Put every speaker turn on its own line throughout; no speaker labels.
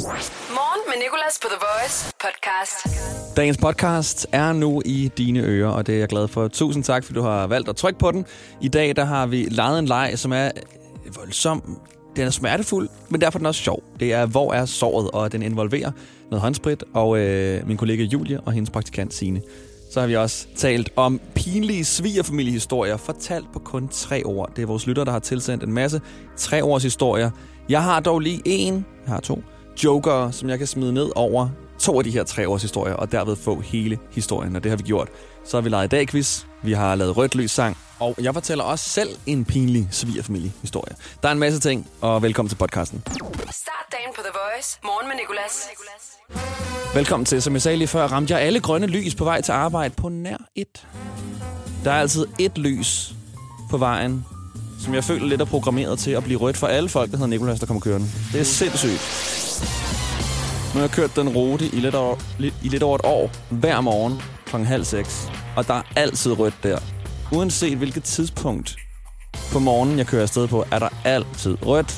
Morgen med Nicolas på The Voice podcast.
Dagens podcast er nu i dine ører, og det er jeg glad for. Tusind tak, fordi du har valgt at trykke på den. I dag der har vi lejet en leg, som er voldsom. Den er smertefuld, men derfor er den også sjov. Det er, hvor er såret, og den involverer noget håndsprit, og min kollega Julie og hendes praktikant Signe. Så har vi også talt om pinlige svigerfamiliehistorier, fortalt på kun 3 ord. Det er vores lytter, der har tilsendt en masse 3-års historier. Jeg har dog lige 2 joker, som jeg kan smide ned over 2 af de her 3-års historier, og derved få hele historien, og det har vi gjort. Så har vi leget dag-quiz, vi har lavet rødt lys sang, og jeg fortæller også selv en pinlig svigerfamiliehistorie. Der er en masse ting, og velkommen til podcasten.
Start dagen på The Voice. Morgen med Nicolas.
Velkommen til. Som jeg sagde lige før, ramte jeg alle grønne lys på vej til arbejde på nær 1. Der er altid 1 lys på vejen, som jeg føler lidt er programmeret til at blive rødt for alle folk, der hedder Nicolas, der kommer kørende. Det er sindssygt. Nu har jeg kørt den rute i lidt over et år, hver morgen kl. 5:30, og der er altid rødt der. Uanset hvilket tidspunkt på morgenen, jeg kører afsted på, er der altid rødt.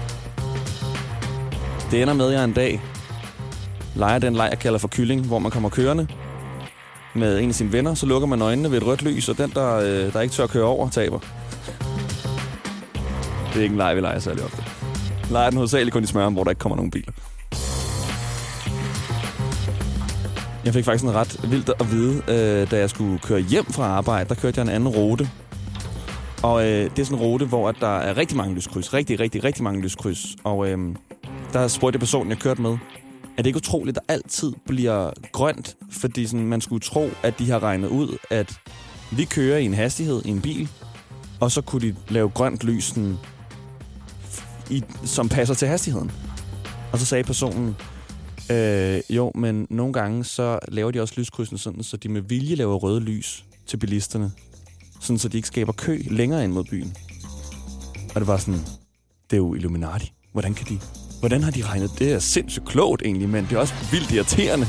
Det ender med, at jeg en dag leger den leg, jeg kalder for kylling, hvor man kommer kørende med en af sine venner, så lukker man øjnene ved et rødt lys, og den, der ikke tør at køre over, taber. Det er ikke en leg, vi leger særlig ofte. Leger den hovedsageligt kun i Smørum, hvor der ikke kommer nogen biler. Jeg fik faktisk en ret vildt at vide, da jeg skulle køre hjem fra arbejde, der kørte jeg en anden rute. Og det er sådan en rute, hvor der er rigtig mange lyskryds. Rigtig mange lyskryds. Og der spurgte jeg personen, jeg kørte med, er det ikke utroligt, at der altid bliver grønt? Fordi sådan, man skulle tro, at de har regnet ud, at vi kører i en hastighed i en bil, og så kunne de lave grønt lys, sådan, som passer til hastigheden. Og så sagde personen, jo, men nogle gange så laver de også lyskrydsene sådan, så de med vilje laver røde lys til bilisterne, sådan så de ikke skaber kø længere ind mod byen. Og det var sådan, det er jo Illuminati. Hvordan har de regnet? Det er sindssygt klogt egentlig, men det er også vildt irriterende.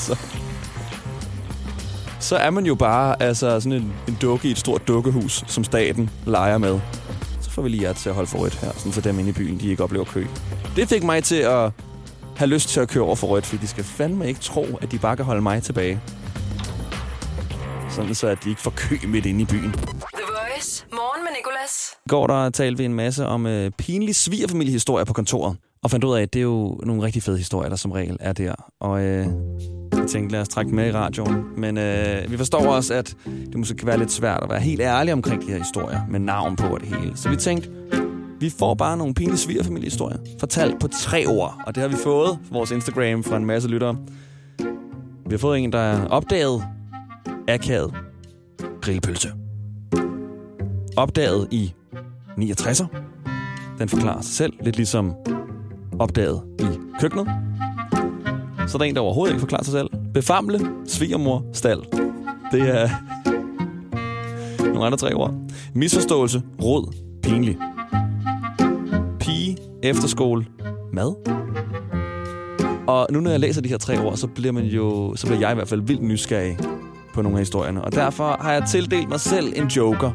Så er man jo bare sådan en dukke i et stort dukkehus, som staten leger med. Så får vi lige jer til at holde for rødt her, sådan så dem inde i byen, de ikke oplever kø. Det fik mig til at have lyst til at køre over for rødt, fordi de skal fandme ikke tro, at de bare kan holde mig tilbage. Sådan så, at de ikke får kø midt inde i byen.
The Voice. Morgen med Nicolas.
I går der talte vi en masse om pinlige svigerfamiliehistorier på kontoret, og fandt ud af, at det er jo nogle rigtig fede historier, der som regel er der. Og jeg tænkte, lad os trække med i radioen. Men vi forstår også, at det måske kan være lidt svært at være helt ærlig omkring de her historier, med navn på og det hele. Så vi tænkte, vi får bare nogle pinlige svigerfamiliehistorier, fortalt på 3 ord. Og det har vi fået på vores Instagram fra en masse lyttere. Vi har fået en, der er opdaget akavet grillpølse. Opdaget i 69'er. Den forklarer sig selv, lidt ligesom opdaget i køkkenet. Så der er en, der overhovedet ikke forklarer sig selv. Befamle, svigermor, stald. Det er nogle andre 3 ord. Misforståelse, rod, pinlig. Pige, efterskole, mad. Og nu når jeg læser de her 3 ord, så bliver jeg i hvert fald vildt nysgerrig på nogle af historierne. Og derfor har jeg tildelt mig selv en joker,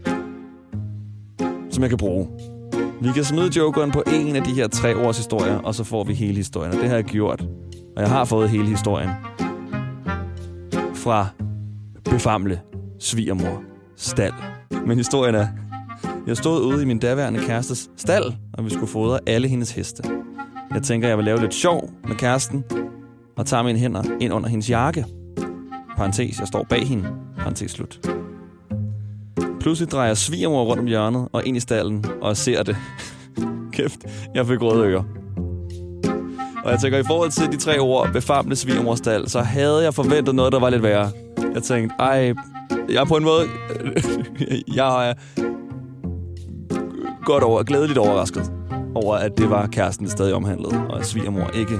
som jeg kan bruge. Vi kan smide jokeren på en af de her 3 års historier, og så får vi hele historien. Og det har jeg gjort. Og jeg har fået hele historien fra befamle, svigermor, stald. Men historien er, jeg stod ude i min daværende kærestes stald, og vi skulle fodre alle hendes heste. Jeg tænker, jeg vil lave lidt sjov med kæresten, og tager mine hænder ind under hendes jakke. Parentes, jeg står bag hende. Parentes slut. Pludselig drejer svigermor rundt om hjørnet og ind i stallen, og ser det. Kæft, jeg fik røde ører. Og jeg tænker, i forhold til de 3 ord, befamle, svigermor, stald, så havde jeg forventet noget, der var lidt værre. Jeg tænkte, jeg er på en måde... jeg er glædeligt overrasket over, at det var kæresten, der stadig omhandlede, og at svigermor ikke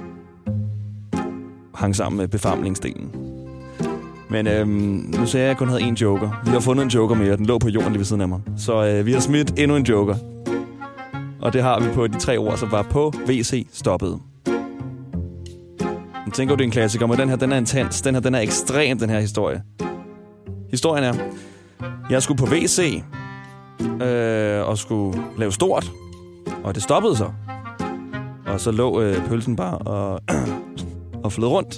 hang sammen med befamlingsdelen. Men nu sagde jeg, at jeg kun havde 1 joker. Vi har fundet en joker mere, den lå på jorden lige ved siden af mig. Så vi har smidt endnu en joker. Og det har vi på de 3 ord, som var på WC stoppede. Jeg tænker, det er en klassiker, men den her, den er intens. Den er ekstrem, den her historie. Historien er, jeg skulle på WC og skulle lave stort, og det stoppede så. Og så lå pølsen bare og flød rundt.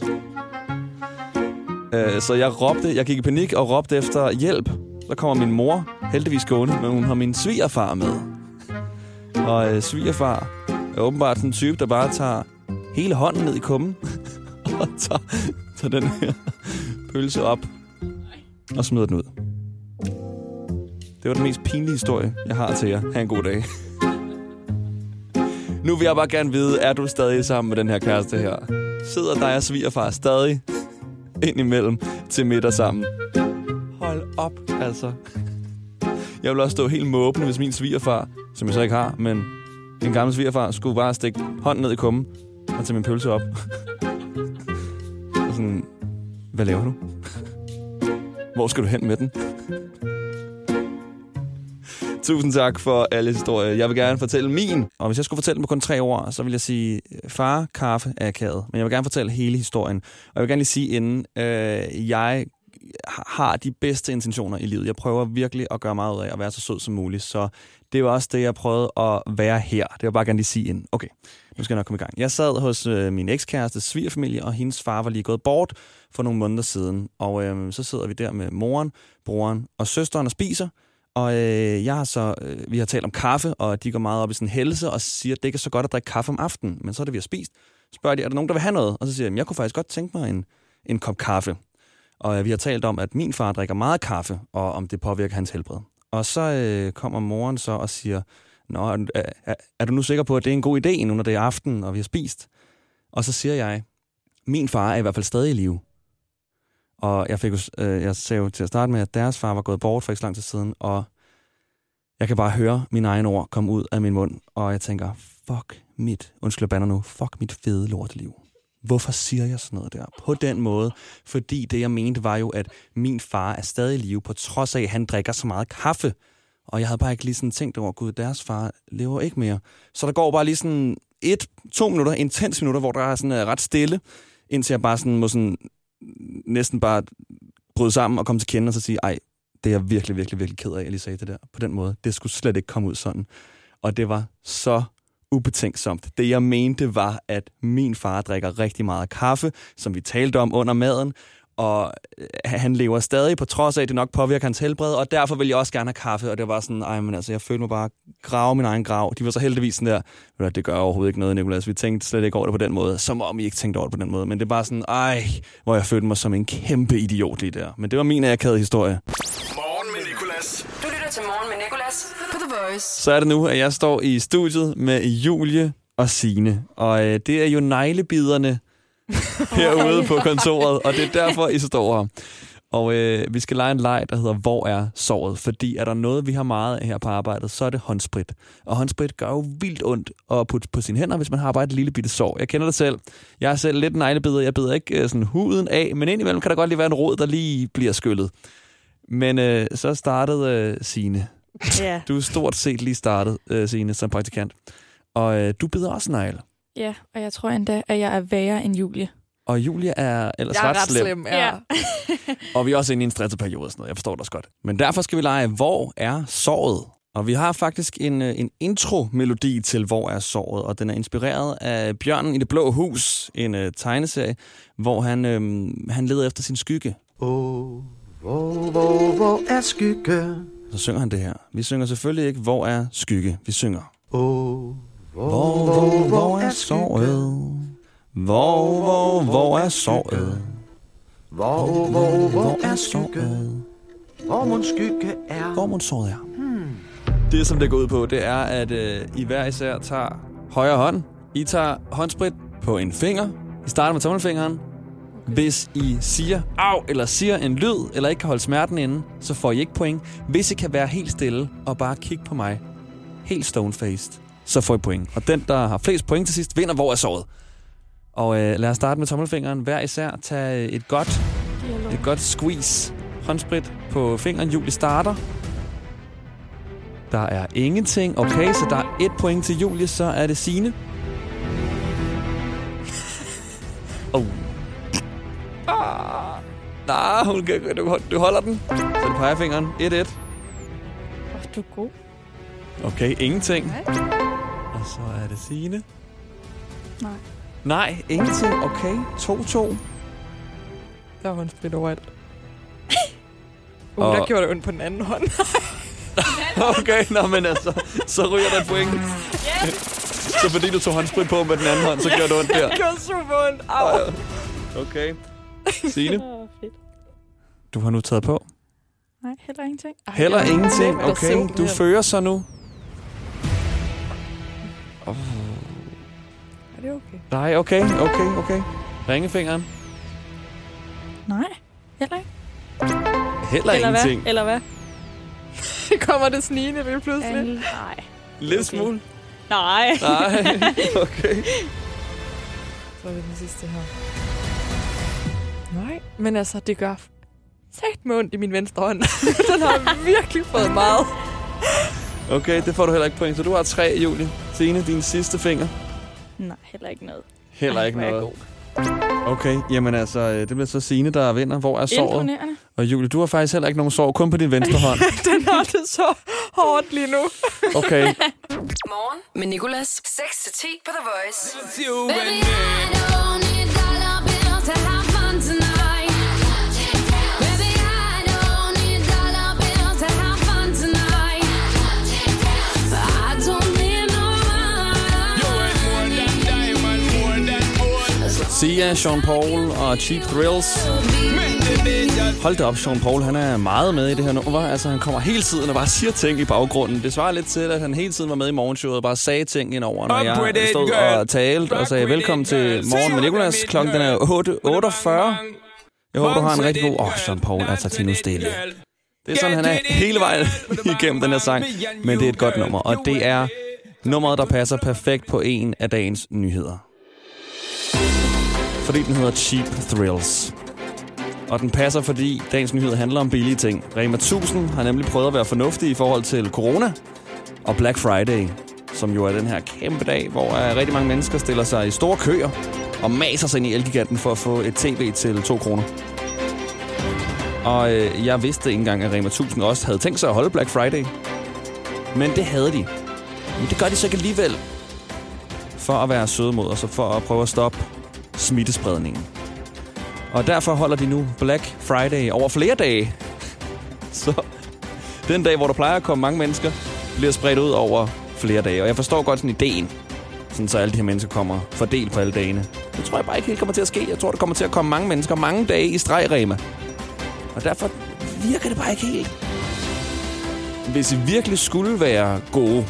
Så jeg gik i panik og råbte efter hjælp. Så kommer min mor, heldigvis gående, men hun har min svigerfar med. Og svigerfar er åbenbart sådan en type, der bare tager hele hånden ned i kummen og tager den her pølse op og smider den ud. Det var den mest pinlige historie, jeg har til jer. Ha' en god dag. Nu vil jeg bare gerne vide, er du stadig sammen med den her kæreste her? Sidder dig og svigerfar stadig ind imellem til middag sammen? Hold op, altså. Jeg vil også stå helt måbende, hvis min svigerfar, som jeg så ikke har, men en gammel svigerfar, skulle bare stikke hånden ned i kummen og tage min pølse op. Og sådan, hvad laver du? Hvor skal du hen med den? Tusind tak for alle historier. Jeg vil gerne fortælle min. Og hvis jeg skulle fortælle dem på kun 3 ord, så vil jeg sige far, kaffe, akavet. Men jeg vil gerne fortælle hele historien. Og jeg vil gerne lige sige inden, jeg har de bedste intentioner i livet. Jeg prøver virkelig at gøre meget ud af at være så sød som muligt. Så det var også det, jeg prøvede at være her. Det vil jeg bare gerne lige sige inden. Okay, nu skal jeg nok komme i gang. Jeg sad hos min ekskærestes svigerfamilie, og hendes far var lige gået bort for nogle måneder siden. Og så sidder vi der med moren, broren og søsteren og spiser. Og vi har talt om kaffe, og de går meget op i sådan helse og siger, at det ikke er så godt at drikke kaffe om aftenen. Men så er det, vi har spist. Spørger de, er der nogen, der vil have noget? Og så siger jeg, faktisk godt tænke mig en kop kaffe. Og vi har talt om, at min far drikker meget kaffe, og om det påvirker hans helbred. Og så kommer moren så og siger, nå, er du nu sikker på, at det er en god idé, nu når det er aften, og vi har spist? Og så siger jeg, min far er i hvert fald stadig i live. Og jeg sagde jo til at starte med, at deres far var gået bort for ikke så lang tid siden, og jeg kan bare høre mine egne ord komme ud af min mund, og jeg tænker, fuck mit fede lorteliv. Hvorfor siger jeg sådan noget der? På den måde, fordi det jeg mente var jo, at min far er stadig i live, på trods af, at han drikker så meget kaffe. Og jeg havde bare ikke lige sådan tænkt over, gud, deres far lever ikke mere. Så der går bare lige sådan 1-2 minutter, intens minutter, hvor der er sådan ret stille, indtil jeg bare sådan må sådan næsten bare bryde sammen og komme til kende og så sige, ej, det er jeg virkelig, virkelig, virkelig ked af, at jeg lige sagde det der på den måde. Det skulle slet ikke komme ud sådan. Og det var så ubetænksomt. Det jeg mente var, at min far drikker rigtig meget kaffe, som vi talte om under maden, og han lever stadig på trods af, at det nok påvirker hans helbred, og derfor vil jeg også gerne have kaffe, og det var sådan, jeg følte mig bare grave min egen grav. De var så heldigvis sådan der, det gør overhovedet ikke noget, Nicolas, vi tænkte slet ikke over det på den måde, som om I ikke tænkte over det på den måde, men det er bare sådan, hvor jeg følte mig som en kæmpe idiot lige der. Men det var min akavede historie.
Morgen med Nicolas. Du lytter til Morgen med Nicolas på The Voice.
Så er det nu, at jeg står i studiet med Julie og Signe, og det er jo neglebiderne herude på kontoret, og det er derfor, I står her. Og vi skal lege en leg, der hedder, hvor er såret? Fordi er der noget, vi har meget af her på arbejdet, så er det håndsprit. Og håndsprit gør jo vildt ondt at putte på sine hænder, hvis man har bare et lille bitte sår. Jeg kender det selv. Jeg er selv lidt neglebider. Jeg bider ikke sådan huden af, men indimellem kan der godt lige være en rod, der lige bliver skyllet. Men så startede Signe.
Ja.
Du er stort set lige startet, Signe, som praktikant. Og du bider også negle.
Ja, og jeg tror endda, at jeg er værre end Julie.
Og Julie er ellers
jeg er
ret slem.
ja.
Og vi er også inde i en stresset periode og sådan noget. Jeg forstår det også godt. Men derfor skal vi lege, hvor er såret? Og vi har faktisk en intro-melodi til, hvor er såret. Og den er inspireret af Bjørnen i det blå hus, en tegneserie, hvor han leder efter sin skygge.
Hvor er skygge?
Så synger han det her. Vi synger selvfølgelig ikke, hvor er skygge. Vi synger. Hvor er såret? Hvor er såret?
Hvor er skygge? Hvor mon skygge er?
Hvor mon såret er? Det, som det går ud på, det er, at I hver især tager højre hånd. I tager håndsprit på en finger. I starter med tommelfingeren. Hvis I siger au, eller siger en lyd, eller ikke kan holde smerten inde, så får I ikke point. Hvis I kan være helt stille og bare kigge på mig, helt stone-faced, så får I point. Og den, der har flest point til sidst, vinder, hvor er såret. Og lad os starte med tommelfingeren. Hver især tage et godt squeeze håndsprit på fingeren. Julie starter. Der er ingenting. Okay, så der er 1 point til Julie, så er det Signe. Du holder den. Så er det pegefingeren. 1-1.
Du er god.
Okay, ingenting. Og så er det Signe.
Nej.
Nej, ingenting. Okay, 2-2.
Der var håndsprit overalt.
Og-
Der gjorde det ondt på den anden hånd.
Okay, men altså, så ryger der et point.
Yes!
Så fordi du tog håndsprit på med den anden hånd, så gjorde det ondt der.
Det gjorde super ondt. Au.
Okay. Signe,
Fedt.
du har nu taget på.
Nej, heller ingenting. Ej,
Heller
jeg-
ingenting.
jeg er
Okay,
simpelthen-
du fører så nu.
Er det okay?
Nej, okay. Ringefingeren.
Nej, heller ikke.
Heller ingenting.
Hvad? Eller hvad? Kommer det snigende lige pludselig? Nej.
Lidt
Okay.
smule.
Nej.
Nej, okay.
Så er det den sidste her. Nej, men altså, det gør sagt med ondt i min venstre hånd. Den har virkelig fået meget.
Okay, det får du heller ikke point. Så du har 3, Julie. Signe, din sidste finger.
Nej, heller ikke noget.
Heller ikke
hvor er jeg
noget. Okay, jamen altså, det bliver så Signe, der vinder. Hvor er såret?
Imponerende.
Og Julie, du har faktisk heller ikke nogen sår, kun på din venstre hånd.
Den har det så hårdt lige nu.
Okay.
Morgen med Nicolas. 6-10 på The Voice.
Baby, I don't need dollar bills to have fun tonight. Baby, I don't need dollar bills to have fun tonight. I don't need no money.
Sia, Sean Paul og Cheap Thrills. Hold da op, Sean Paul, han er meget med i det her nummer. Altså, han kommer hele tiden og bare siger ting i baggrunden. Det svarer lidt til, at han hele tiden var med i morgenshowet og bare sagde ting indover, når jeg stod og talte og sagde velkommen til Morgen med Nicolas. Klokken den er 8:48. Jeg håber, du har en rigtig god... Sean Paul, altså til nu stille. Det er sådan, han er hele vejen igennem den her sang. Men det er et godt nummer, og det er nummeret, der passer perfekt på en af dagens nyheder. Fordi den hedder Cheap Thrills. Og den passer, fordi dagens nyhed handler om billige ting. Rema 1000 har nemlig prøvet at være fornuftig i forhold til corona og Black Friday, som jo er den her kæmpe dag, hvor rigtig mange mennesker stiller sig i store køer og maser sig ind i Elgiganten for at få et tv til 2 kroner. Og jeg vidste ikke engang, at Rema 1000 også havde tænkt sig at holde Black Friday. Men det havde de. Men det gør de så ikke alligevel. For at være søde mod os og for at prøve at stoppe smittespredningen. Og derfor holder de nu Black Friday over flere dage. Så den dag, hvor der plejer at komme mange mennesker, bliver spredt ud over flere dage. Og jeg forstår godt sådan ideen, sådan så alle de her mennesker kommer fordelt på alle dagene. Det tror jeg bare ikke helt kommer til at ske. Jeg tror, der kommer til at komme mange mennesker mange dage i streg, Rema. Og derfor virker det bare ikke helt. Hvis I virkelig skulle være gode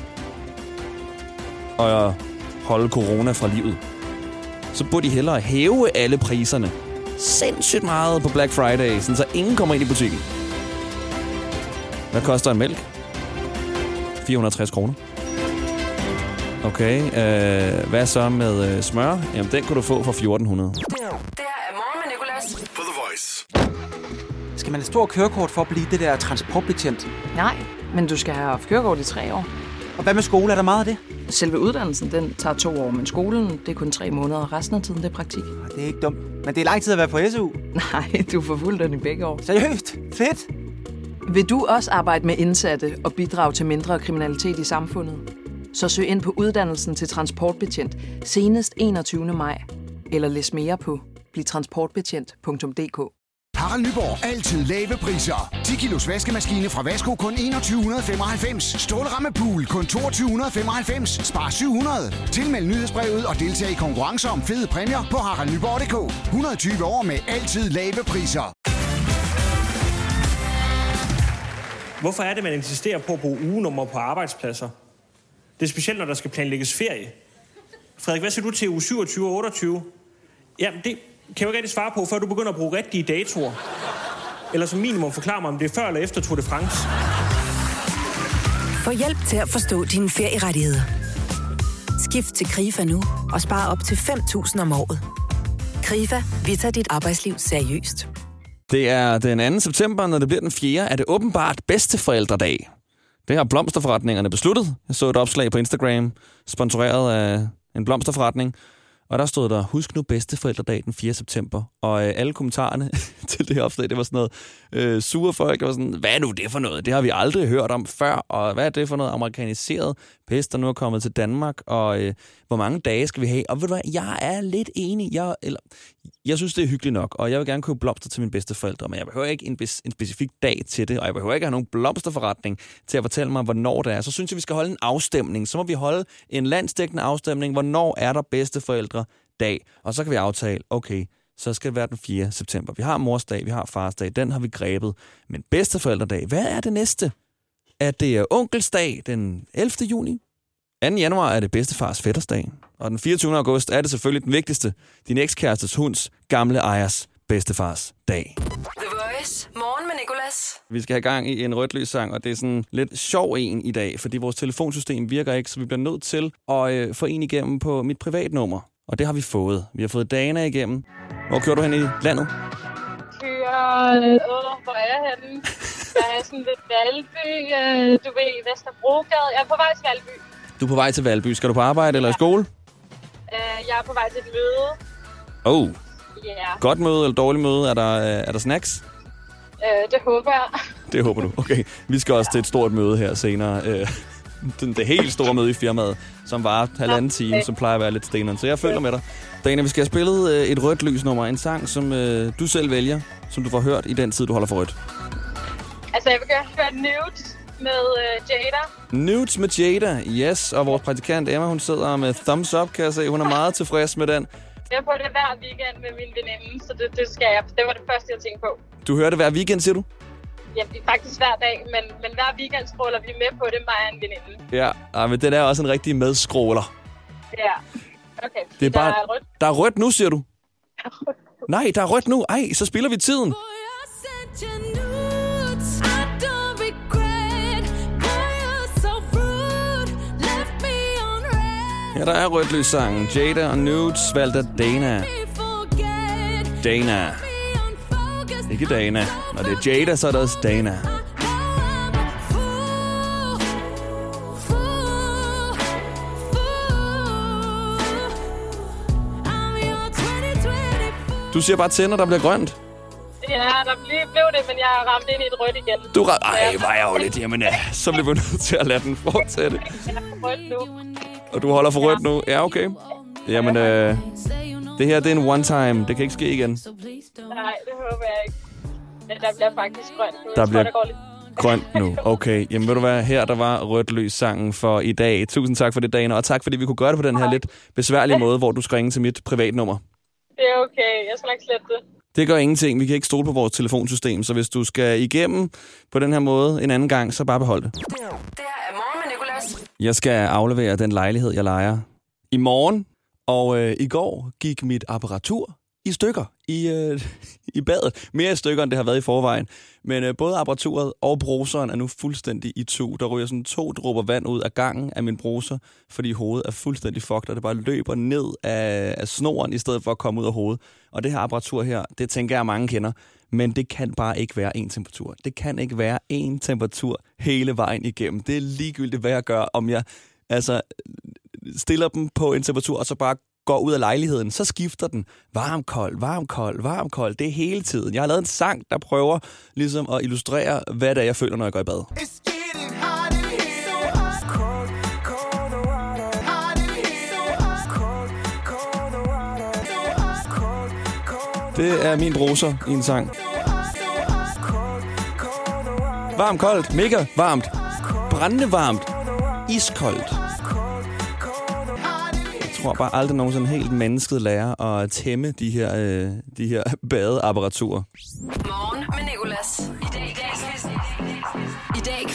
og holde corona fra livet, så burde I hellere hæve alle priserne sindssygt meget på Black Friday, sådan så ingen kommer ind i butikken. Hvad koster en mælk? 460 kroner. Okay, hvad så med smør? Jamen, den kunne du få for 1400.
Det her er Morgen med Nicolas.
På The Voice.
Skal man have stor kørekort for at blive det der transportbetjent?
Nej, men du skal have haft kørekort i 3 år.
Og hvad med skole? Er der meget af det?
Selve uddannelsen, den tager 2 år, men skolen, det er kun 3 måneder, og resten af tiden, det er praktik.
Det er ikke dumt. Men det er lang tid at være på SU.
Nej, du får fuld løn i begge år.
Seriøst? Fedt!
Vil du også arbejde med indsatte og bidrage til mindre kriminalitet i samfundet? Så søg ind på uddannelsen til transportbetjent senest 21. maj. Eller læs mere på blivtransportbetjent.dk.
Harald Nyborg. Altid lave priser. 10 kilos vaskemaskine fra Vasko kun 2195. Stålramme pool kun 2295. Spar 700. Tilmeld nyhedsbrevet og deltag i konkurrencer om fede præmier på haraldnyborg.dk. 120 år med altid lave priser.
Hvorfor er det, man insisterer på at bruge ugenummer på arbejdspladser? Det er specielt, når der skal planlægges ferie. Frederik, hvad siger du til uge 27 og 28? Jamen, det kan jeg jo ikke rigtig svare på, før du begynder at bruge rigtige datoer. Eller som minimum forklare mig, om det er før eller efter Tour de France.
Få hjælp til at forstå dine ferierettigheder. Skift til KRIFA nu og spar op til 5.000 om året. KRIFA, vi tager dit arbejdsliv seriøst.
Det er den 2. september, når det bliver den 4. er det åbenbart bedsteforældredag. Det har blomsterforretningerne besluttet. Jeg så et opslag på Instagram, sponsoreret af en blomsterforretning. Og der stod der, husk nu bedsteforældredag den 4. september. Og alle kommentarerne til det her opslag, det var sådan noget sure folk. Det var sådan, hvad er nu det for noget? Det har vi aldrig hørt om før. Og hvad er det for noget amerikaniseret pest, der nu er kommet til Danmark? Og hvor mange dage skal vi have? Og ved du hvad, jeg er lidt enig. Jeg synes, det er hyggeligt nok. Og jeg vil gerne købe blomster til mine bedsteforældre. Men jeg behøver ikke en specifik dag til det. Og jeg behøver ikke have nogen blomsterforretning til at fortælle mig, hvornår det er. Så synes jeg, vi skal holde en afstemning. Så må vi holde en landsdækkende afstemning. Hvornår er der bedsteforældre dag? Og så kan vi aftale, okay, så skal det være den 4. september. Vi har morsdag, vi har farsdag, den har vi grebet. Men bedsteforældredag, hvad er det næste? Er det onkelsdag den 11. juni? 2. januar er det bedstefars fættersdag. Og den 24. august er det selvfølgelig den vigtigste. Din ekskærestes hunds gamle ejers bedstefars dag.
The Voice. Morgen med Nicolas.
Vi skal have gang i en rødløs-sang, og det er sådan lidt sjov en i dag, fordi vores telefonsystem virker ikke, så vi bliver nødt til at få en igennem på mit privatnummer. Og det har vi fået. Vi har fået Dana igennem. Hvor kører du hen i landet?
Hvor er jeg henne? Jeg er sådan lidt Valby, du ved, Vesterbrogade. Jeg er på vej til Valby.
Du er på vej til Valby. Skal du på arbejde eller i skole?
Jeg er på vej til et møde. Yeah. Godt
møde eller dårligt møde? Er der snacks?
Det håber jeg.
Det håber du. Okay. Vi skal også til et stort møde her senere. Det helt store møde i firmaet, som varer 1,5 time, som plejer at være lidt steneren. Så jeg følger med dig. Dana, vi skal have spillet et rødt lysnummer. En sang, som du selv vælger, som du får hørt i den tid, du holder for rødt.
Altså, jeg vil gerne høre Nudes med Jada.
Nudes med Jada, yes. Og vores praktikant Emma, hun sidder med thumbs up, kan jeg se. Hun er meget tilfreds med den.
Jeg er på det hver weekend med min veninde, så det skal jeg. Det var det første, jeg tænkte på.
Du hører det hver weekend, siger du?
Ja, faktisk hver dag, men hver weekend scroller vi med på det, mig og en veninde.
Ja, men den er også en rigtig medskroller.
Ja, okay.
Det er bare, der er rødt. Der er rødt nu, siger du? Nej, der er rødt nu. Ej, så spiller vi tiden. Ja, der er rødt lyssangen. Jada og Nudes valgte Dana. Dana. Ikke Dana. Når det er Jada, så er det også Dana. Du siger bare tænder, der bliver grønt.
Ja, der blev det, men jeg har ramt ind i et rødt igen.
Ej, var jeg jo lidt. Jamen ja, så bliver vi nødt til at lade den fortsætte.
Jeg er på rødt nu.
Og du holder for rødt nu? Ja, okay. Jamen, det her, det er en one time. Det kan ikke ske igen.
Nej, det håber jeg ikke. Men der bliver faktisk grønt nu.
Der bliver grønt nu. Okay. Jamen, ved du hvad? Her, der var rødt løs sangen for i dag. Tusind tak for det, Dana. Og tak, fordi vi kunne gøre det på den her lidt besværlige måde, hvor du skal ringe til mit privatnummer.
Det er okay. Jeg skal nok slette det.
Det gør ingenting. Vi kan ikke stole på vores telefonsystem. Så hvis du skal igennem på den her måde en anden gang, så bare behold det.
Det her er Morgen med Nicolas.
Jeg skal aflevere den lejlighed, jeg lejer i morgen. Og i går gik mit apparatur i stykker i badet. Mere i stykker, end det har været i forvejen. Men både apparaturet og bruseren er nu fuldstændig i tu. Der ryger sådan 2 dråber vand ud af gangen af min bruser, fordi hovedet er fuldstændig fucked, og det bare løber ned af snoren, i stedet for at komme ud af hovedet. Og det her apparatur her, det tænker jeg, mange kender. Men det kan bare ikke være én temperatur. Det kan ikke være én temperatur hele vejen igennem. Det er ligegyldigt, hvad jeg gør, om jeg stiller dem på en temperatur, og så bare går ud af lejligheden, så skifter den varm, kold, varm, kold, varm, kold. Det er hele tiden. Jeg har lavet en sang, der prøver ligesom at illustrere, hvad det er, jeg føler, når jeg går i bad. Det er min bruser i en sang. Varmt, koldt, mega varmt, brændende varmt, iskoldt. Jeg tror bare aldrig nogensinde helt mennesket lærer at tæmme de her badeapparaturer.
Morgen med Nicolas. I dag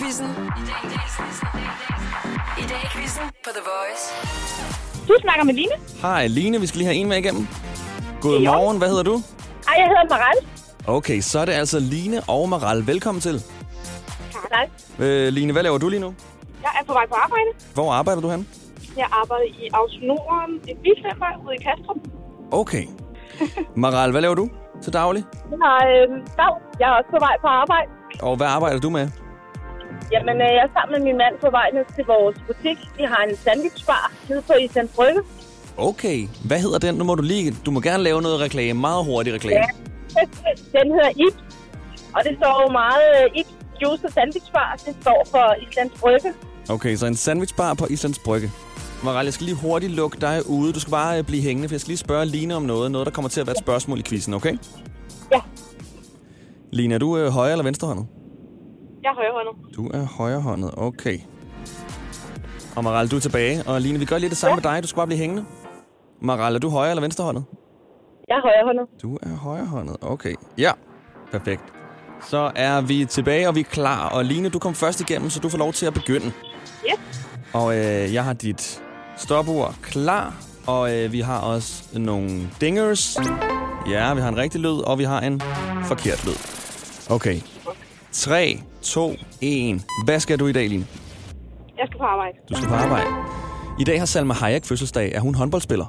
quizzen på The Voice.
Du snakker med Line.
Hej Line, vi skal lige have en med igennem. Godmorgen, hvad hedder du?
Hej, jeg hedder Maral.
Okay, så er det altså Line og Maral. Velkommen til.
Tak.
Line, hvad laver du lige nu?
Jeg er på vej på arbejde.
Hvor arbejder du henne?
Jeg arbejder i Autonoren i Biflemmer ude i Kastrup.
Okay. Maral, hvad laver du til daglig?
Jeg er også på vej på arbejde.
Og hvad arbejder du med?
Jamen, jeg er sammen med min mand på vej ned til vores butik. Vi har en sandwichbar nede på Islands Brygge.
Okay. Hvad hedder den? Nu må du må gerne lave noget reklame. Meget hurtig reklame.
Ja. Den hedder Ip. Og det står jo meget Ip Juice og Sandwichbar. Det står for Islands Brygge.
Okay, så en sandwichbar på Islands Brygge. Maral, jeg skal lige hurtigt lukke dig ude. Du skal bare blive hængende, for jeg skal lige spørge Line om noget. Noget, der kommer til at være et spørgsmål i quizzen, okay?
Ja.
Line, er du højre- eller venstrehåndet?
Jeg er højrehåndet.
Du er højrehåndet, okay. Og Maral, du er tilbage. Og Line, vi gør lige det samme med dig. Du skal bare blive hængende. Maral, er du højre- eller venstrehåndet?
Jeg er højrehåndet.
Du er højrehåndet, okay. Ja, perfekt. Så er vi tilbage, og vi er klar. Og Line, du kom først igennem, så du får lov til at begynde.
Ja.
Og jeg har dit stopord klar. Og vi har også nogle dingers. Ja, vi har en rigtig lyd, og vi har en forkert lyd. Okay. 3, 2, 1. Hvad skal du i dag, Line?
Jeg skal på arbejde.
Du skal på arbejde. I dag har Salma Hayek fødselsdag. Er hun håndboldspiller?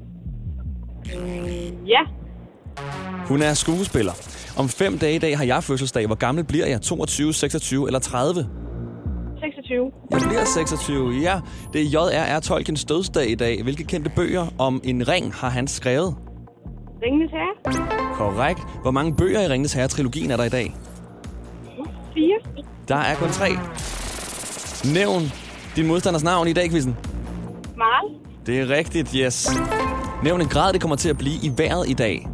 Ja.
Hun er skuespiller. Om 5 dage i dag har jeg fødselsdag. Hvor gammel bliver jeg? 22, 26 eller 30?
26.
Jeg bliver 26, ja. Det er J.R.R. Tolkiens dødsdag i dag. Hvilke kendte bøger om en ring har han skrevet?
Ringenes Herre.
Korrekt. Hvor mange bøger i Ringenes Herre-trilogien er der i dag?
4.
Der er kun 3. Nævn din modstanders navn i dag, quizzen.
Marl.
Det er rigtigt, yes. Nævn en grad, det kommer til at blive i vejret i dag.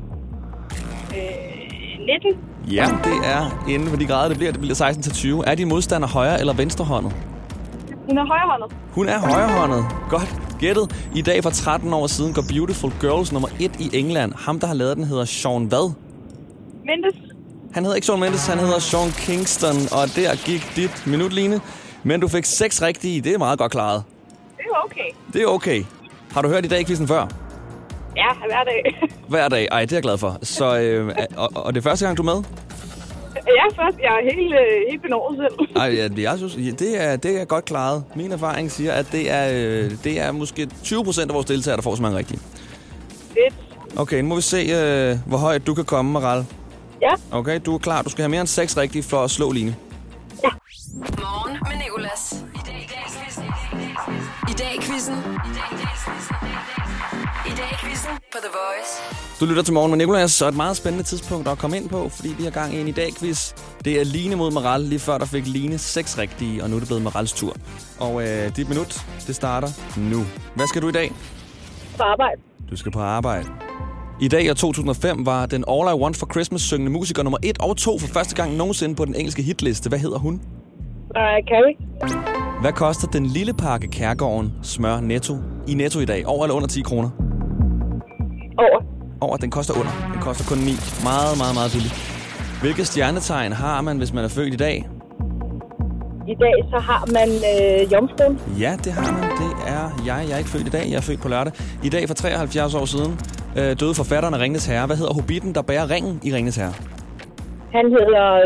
19.
Ja, det er inden for de grader, det bliver 16 til 20. Er din modstander højre- eller venstrehåndet?
Hun er højrehåndet.
Hun er højrehåndet. Godt gættet. I dag for 13 år siden går Beautiful Girls nummer 1 i England. Ham, der har lavet den, hedder Shawn hvad?
Mendes.
Han hedder ikke Shawn Mendes, han hedder Sean Kingston. Og der gik dit minut, Line. Men du fik 6 rigtige. Det er meget godt klaret.
Det er okay.
Det er okay. Har du hørt i dag quizzen før?
Ja, hver dag.
Hver dag. Ej, det er jeg glad for. Så, og det er første gang, du er med?
Ja, først. Jeg er helt benåret selv.
Ej, ja, jeg synes, det er godt klaret. Min erfaring siger, at det er måske 20% af vores deltagere, der får så mange rigtige.
Fedt.
Okay, nu må vi se, hvor højt du kan komme, Maral.
Ja.
Okay, du er klar. Du skal have mere end 6 rigtige for at slå Line.
Morgen med Nicolas. I dag i quizzen. I dag i quizzen på The Voice.
Du lytter til Morgen med Nicolas, og et meget spændende tidspunkt at komme ind på, fordi vi har gang i en i dag quiz. Det er Line mod Maral. Lige før der fik Line 6 rigtige, og nu er det blevet Marals tur. Og dit minut, det starter nu. Hvad skal du i dag?
På arbejde.
Du skal på arbejde. I dag i 2005 var den All I Want for Christmas syngende musiker nummer 1 og 2 for første gang nogensinde på den engelske hitliste. Hvad hedder hun?
Carrie.
Hvad koster den lille pakke Kærgården smør netto i Netto i dag? Over eller under 10 kroner? Over. Den koster under. Den koster kun 9. Meget, meget, meget billigt. Hvilke stjernetegn har man, hvis man er født i dag?
I dag så har man jomfruen.
Ja, det har man. Det er jeg. Jeg er ikke født i dag. Jeg er født på lørdag. I dag for 73 år siden døde forfatteren af Ringenes Herre. Hvad hedder hobbiten, der bærer ringen i Ringenes Herre?
Han hedder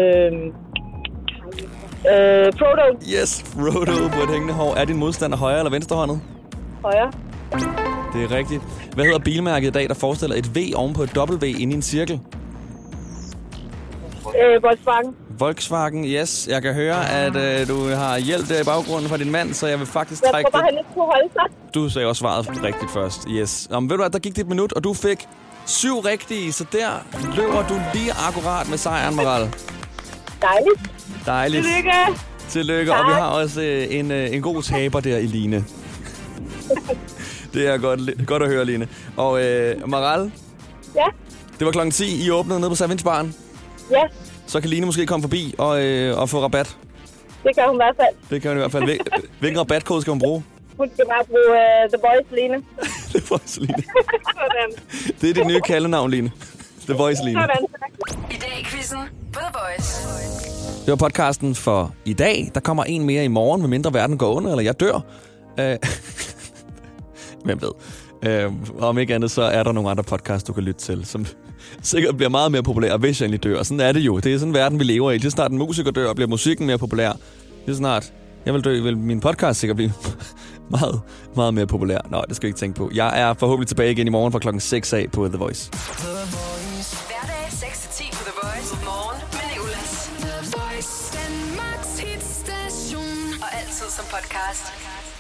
Frodo.
Yes, Frodo på et hængende hår. Er din modstander højre eller venstrehåndet?
Højre.
Det er rigtigt. Hvad hedder bilmærket i dag, der forestiller et V oven på et W inde i en cirkel?
Volkswagen.
Volkswagen, yes. Jeg kan høre, at du har hjælp der i baggrunden fra din mand, så jeg vil faktisk
Jeg
trække
tror bare, han ikke kunne holde sig.
Du sagde også svaret rigtigt først, yes. Ved du hvad, der gik dit minut, og du fik 7 rigtige, så der løber du lige akkurat med sejren, Maral. Dejligt. Tillykke. Og vi har også en god taber der i Line. Det er godt at høre, Line. Og Maral?
Ja?
Det var klokken 10, I åbnede nede på Sandwichbaren.
Ja.
Så kan Line måske komme forbi og få rabat.
Det kan hun i hvert fald.
Det kan hun i hvert fald. Hvilken rabatkode skal hun bruge?
Hun skal bare bruge The Voice Line.
The Voice Line.
Sådan.
Det er dit nye kaldenavn, Line. The Voice Line.
Sådan.
I dag i quizzen på The Voice.
Det var podcasten for i dag. Der kommer en mere i morgen, medmindre verden går under, eller jeg dør. Hvem ved? Om ikke andet, så er der nogle andre podcasts, du kan lytte til, som sikkert bliver meget mere populære, hvis jeg endelig dør. Sådan er det jo. Det er sådan en verden, vi lever i. Lige snart en musiker dør, bliver musikken mere populær. Lige snart jeg vil dø, vil min podcast sikkert blive meget, meget mere populær. Nå, det skal jeg ikke tænke på. Jeg er forhåbentlig tilbage igen i morgen fra klokken 6 af på The Voice.
Hverdag 6-10 på The Voice. Morgen med Nicolas.
The Voice, Danmarks hitstation.
Og altid som podcast.